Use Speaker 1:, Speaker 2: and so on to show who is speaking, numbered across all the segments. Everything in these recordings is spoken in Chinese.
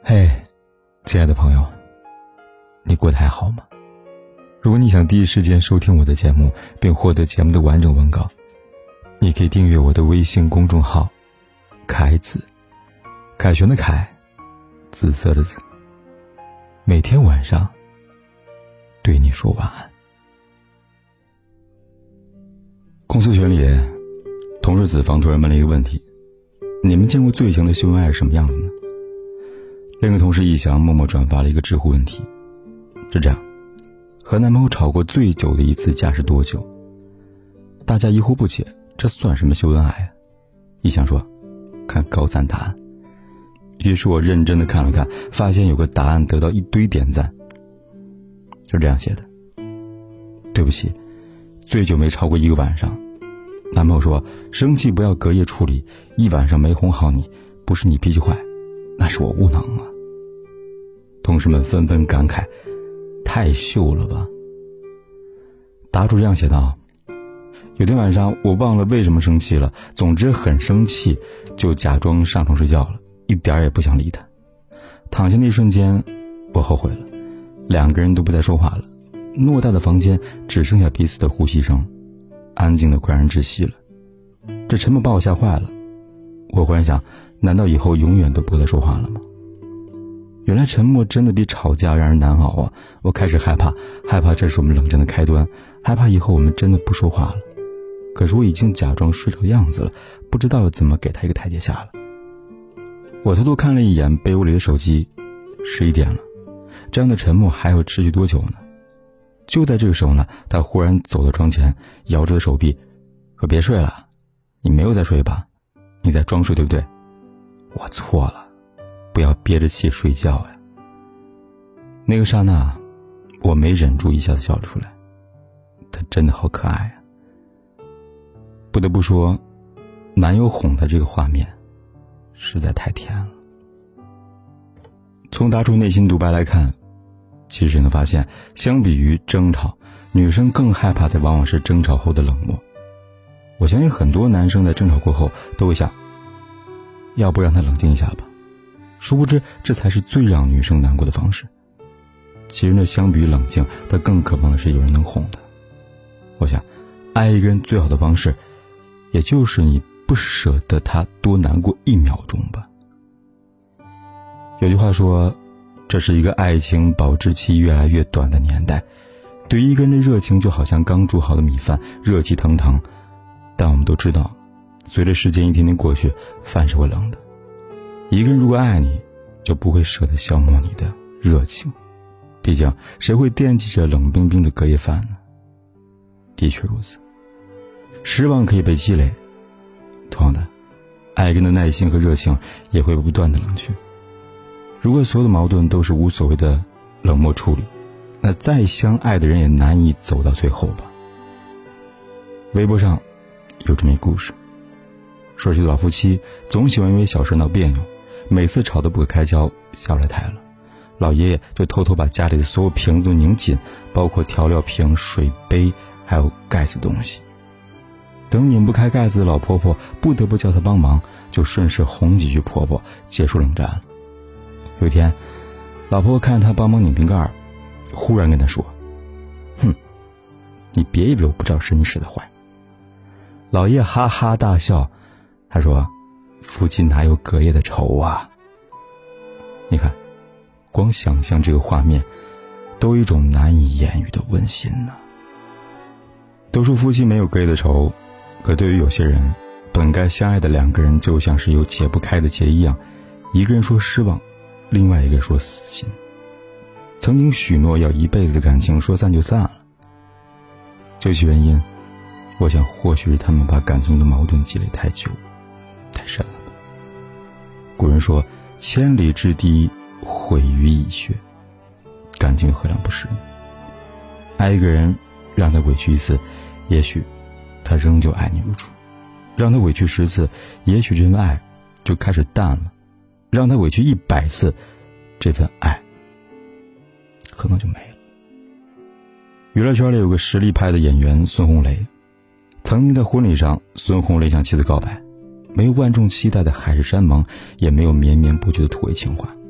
Speaker 1: 嘿，亲爱的朋友，你过得还好吗？如果你想第一时间收听我的节目并获得节目的完整文稿，你可以订阅我的微信公众号凯子，凯旋的凯，紫色的紫。每天晚上对你说晚安。公司群里同事子房突然问了一个问题，你们见过最型的秀恩爱是什么样子呢？另一个同事易翔默默转发了一个知乎问题，是这样：和男朋友吵过最久的一次架是多久？大家疑惑不解，这算什么秀恩爱啊？易翔说，看高赞答案。于是我认真的看了看，发现有个答案得到一堆点赞，是这样写的：对不起，最久没超过1个晚上。男朋友说，生气不要隔夜处理，一晚上没哄好你，不是你脾气坏，那是我无能啊。同事们纷纷感慨，太秀了吧。答主这样写道，有天晚上我忘了为什么生气了，总之很生气，就假装上床睡觉了，一点也不想理他。躺下那一瞬间我后悔了，2个人都不再说话了，偌大的房间只剩下彼此的呼吸声，安静的快让人窒息了。这沉默把我吓坏了，我忽然想，难道以后永远都不再说话了吗？原来沉默真的比吵架让人难熬啊！我开始害怕这是我们冷战的开端，害怕以后我们真的不说话了。可是我已经假装睡着的样子了，不知道要怎么给他一个台阶下了。我偷偷看了一眼被窝里的手机，11点了，这样的沉默还要持续多久呢？就在这个时候呢，他忽然走到床前，摇着手臂说，别睡了，你没有在睡吧？你在装睡对不对？我错了，不要憋着气睡觉呀。那个刹那我没忍住一下子笑了出来，他真的好可爱啊。不得不说，男友哄她这个画面实在太甜了。从答出内心独白来看，其实能发现，相比于争吵，女生更害怕的往往是争吵后的冷漠。我相信很多男生在争吵过后都会想，要不让他冷静一下吧。殊不知这才是最让女生难过的方式。其实呢，相比于冷静，他更渴望的是有人能哄他。我想爱一个人最好的方式，也就是你不舍得他多难过1秒钟吧。有句话说，这是一个爱情保质期越来越短的年代。对于一个人的热情就好像刚煮好的米饭，热气腾腾，但我们都知道，随着时间一天天过去，饭是会冷的。一个人如果爱你，就不会舍得消磨你的热情，毕竟谁会惦记着冷冰冰的隔夜饭呢？的确如此，失望可以被积累，同样的，爱人的耐心和热情也会不断的冷却。如果所有的矛盾都是无所谓的冷漠处理，那再相爱的人也难以走到最后吧。微博上有这么一故事，说是老夫妻总喜欢因为小事闹别扭，每次吵得不可开交，下不来台了，老爷爷就偷偷把家里的所有瓶子都拧紧，包括调料瓶、水杯还有盖子东西。等拧不开盖子的老婆婆不得不叫他帮忙，就顺势哄几句婆婆，结束冷战了。有一天，老婆婆看他帮忙拧瓶盖，忽然跟他说，哼，你别以为我不知道是你使的坏。老爷哈哈大笑，他说，夫妻哪有隔夜的仇啊。你看，光想象这个画面都有一种难以言语的温馨呢。都说夫妻没有隔夜的仇，可对于有些人，本该相爱的2个人就像是有解不开的结一样，一个人说失望，另外一个人说死心。曾经许诺要一辈子的感情，说散就散了。究其原因，我想或许是他们把感情的矛盾积累太久太深了吧。古人说，千里之堤毁于蚁穴，感情何尝不是？爱一个人，让他委屈1次，也许他仍旧爱你如初；让他委屈10次，也许这份爱就开始淡了；让他委屈100次，这份爱可能就没了。娱乐圈里有个实力派的演员孙红雷，曾经在婚礼上，孙红雷向妻子告白，没有万众期待的海誓山盟，也没有绵绵不绝的土味情话，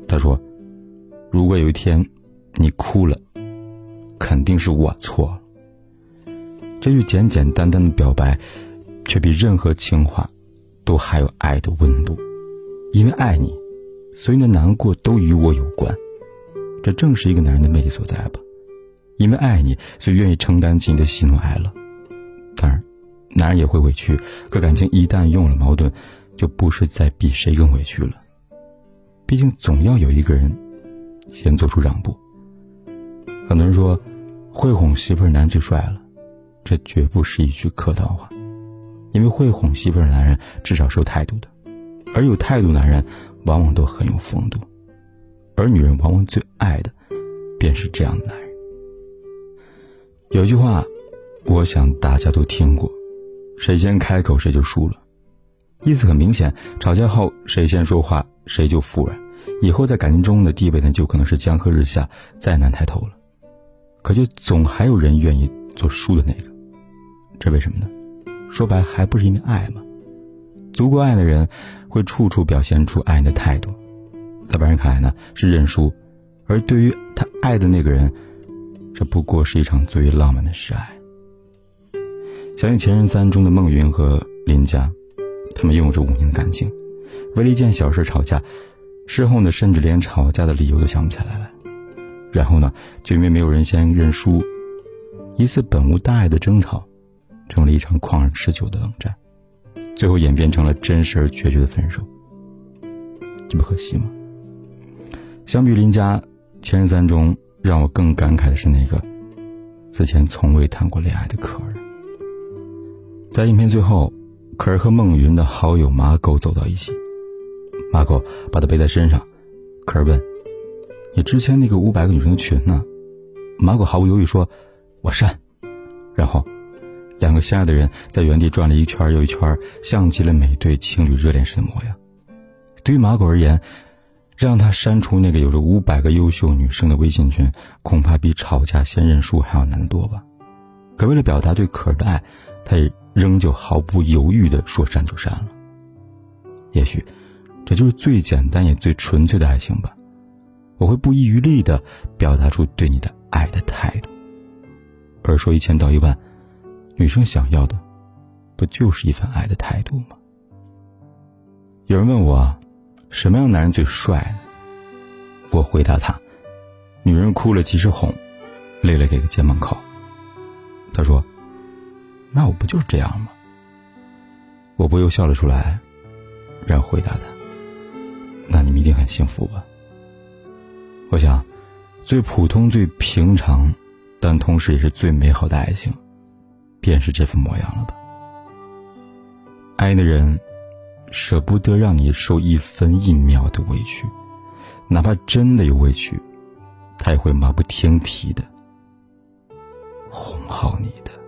Speaker 1: 他说，如果有一天你哭了，肯定是我错了。这句简简单单的表白，却比任何情话都还有爱的温度。因为爱你，所以你的难过都与我有关。这正是一个男人的魅力所在吧。因为爱你，所以愿意承担起你的喜怒哀乐。当然，男人也会委屈，可感情一旦用了矛盾，就不是在比谁更委屈了。毕竟总要有一个人先做出让步。很多人说，会哄媳妇儿男人最帅了，这绝不是一句客套话。因为会哄媳妇儿的男人至少是有态度的，而有态度男人往往都很有风度，而女人往往最爱的便是这样的男人。有一句话，我想大家都听过，谁先开口谁就输了。意思很明显，吵架后谁先说话谁就服软，以后在感情中的地位呢，就可能是江河日下，再难抬头了。可就总还有人愿意做输的那个，这为什么呢？说白了还不是因为爱吗？足够爱的人会处处表现出爱你的态度，在外人看来呢是认输，而对于他爱的那个人，这不过是一场最为浪漫的示爱。想起《前任三》中的孟云和林佳，他们拥有着5年的感情，为了一件小事吵架，事后呢甚至连吵架的理由都想不起来了。然后呢，就因为没有人先认输，一次本无大碍的争吵，成了一场旷日持久的冷战，最后演变成了真实而决绝的分手。这不可惜吗？相比林佳，《前任三》中让我更感慨的是那个此前从未谈过恋爱的可儿。在影片最后，可儿和孟云的好友马狗走到一起，马狗把他背在身上，可儿问，你之前那个500个女生的群呢？马狗毫不犹豫说，我删。然后2个相爱的人在原地转了一圈又一圈，像极了每对情侣热恋时的模样。对于马狗而言，让他删除那个有着500个优秀女生的微信群，恐怕比吵架先认输还要难得多吧。可为了表达对可儿的爱，他也仍旧毫不犹豫地说删就删了。也许这就是最简单也最纯粹的爱情吧。我会不遗余力地表达出对你的爱的态度。而说1000道1万，女生想要的不就是一份爱的态度吗？有人问我，什么样的男人最帅呢？我回答他，女人哭了及时哄，累了给个肩膀靠。他说，那我不就是这样吗？我不由笑了出来，然后回答他，那你们一定很幸福吧。我想，最普通最平常，但同时也是最美好的爱情，便是这副模样了吧。爱的人舍不得让你受1分1秒的委屈，哪怕真的有委屈，他也会马不停蹄的哄好你的。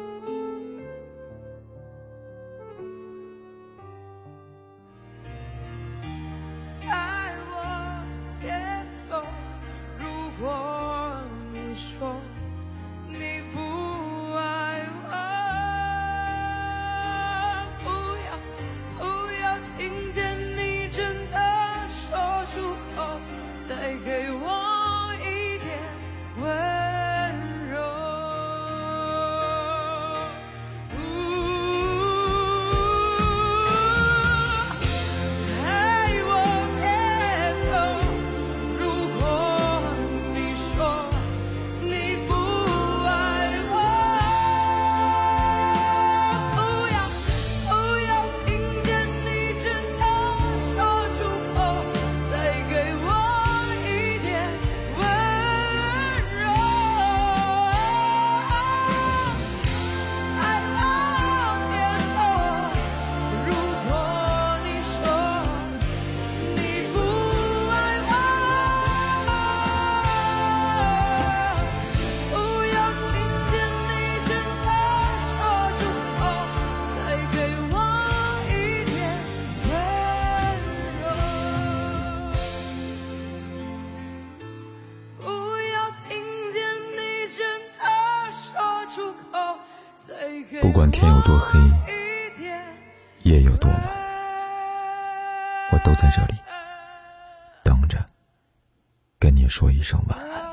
Speaker 2: 爱我别走，如果你说你不爱我，不要听见你真的说出口，再给我一点温柔。爱我别走，如果你说你不爱我，不要听见你真的说出口，再给我一点温柔。爱我别走，如果你说你不爱我，不要听见你真的说出口，再给我一点温柔。不要听见你真的说出口，再给
Speaker 1: 不管天有多黑，
Speaker 2: 一点
Speaker 1: 夜有多晚，我都在这里等着
Speaker 3: 跟你说一声晚安。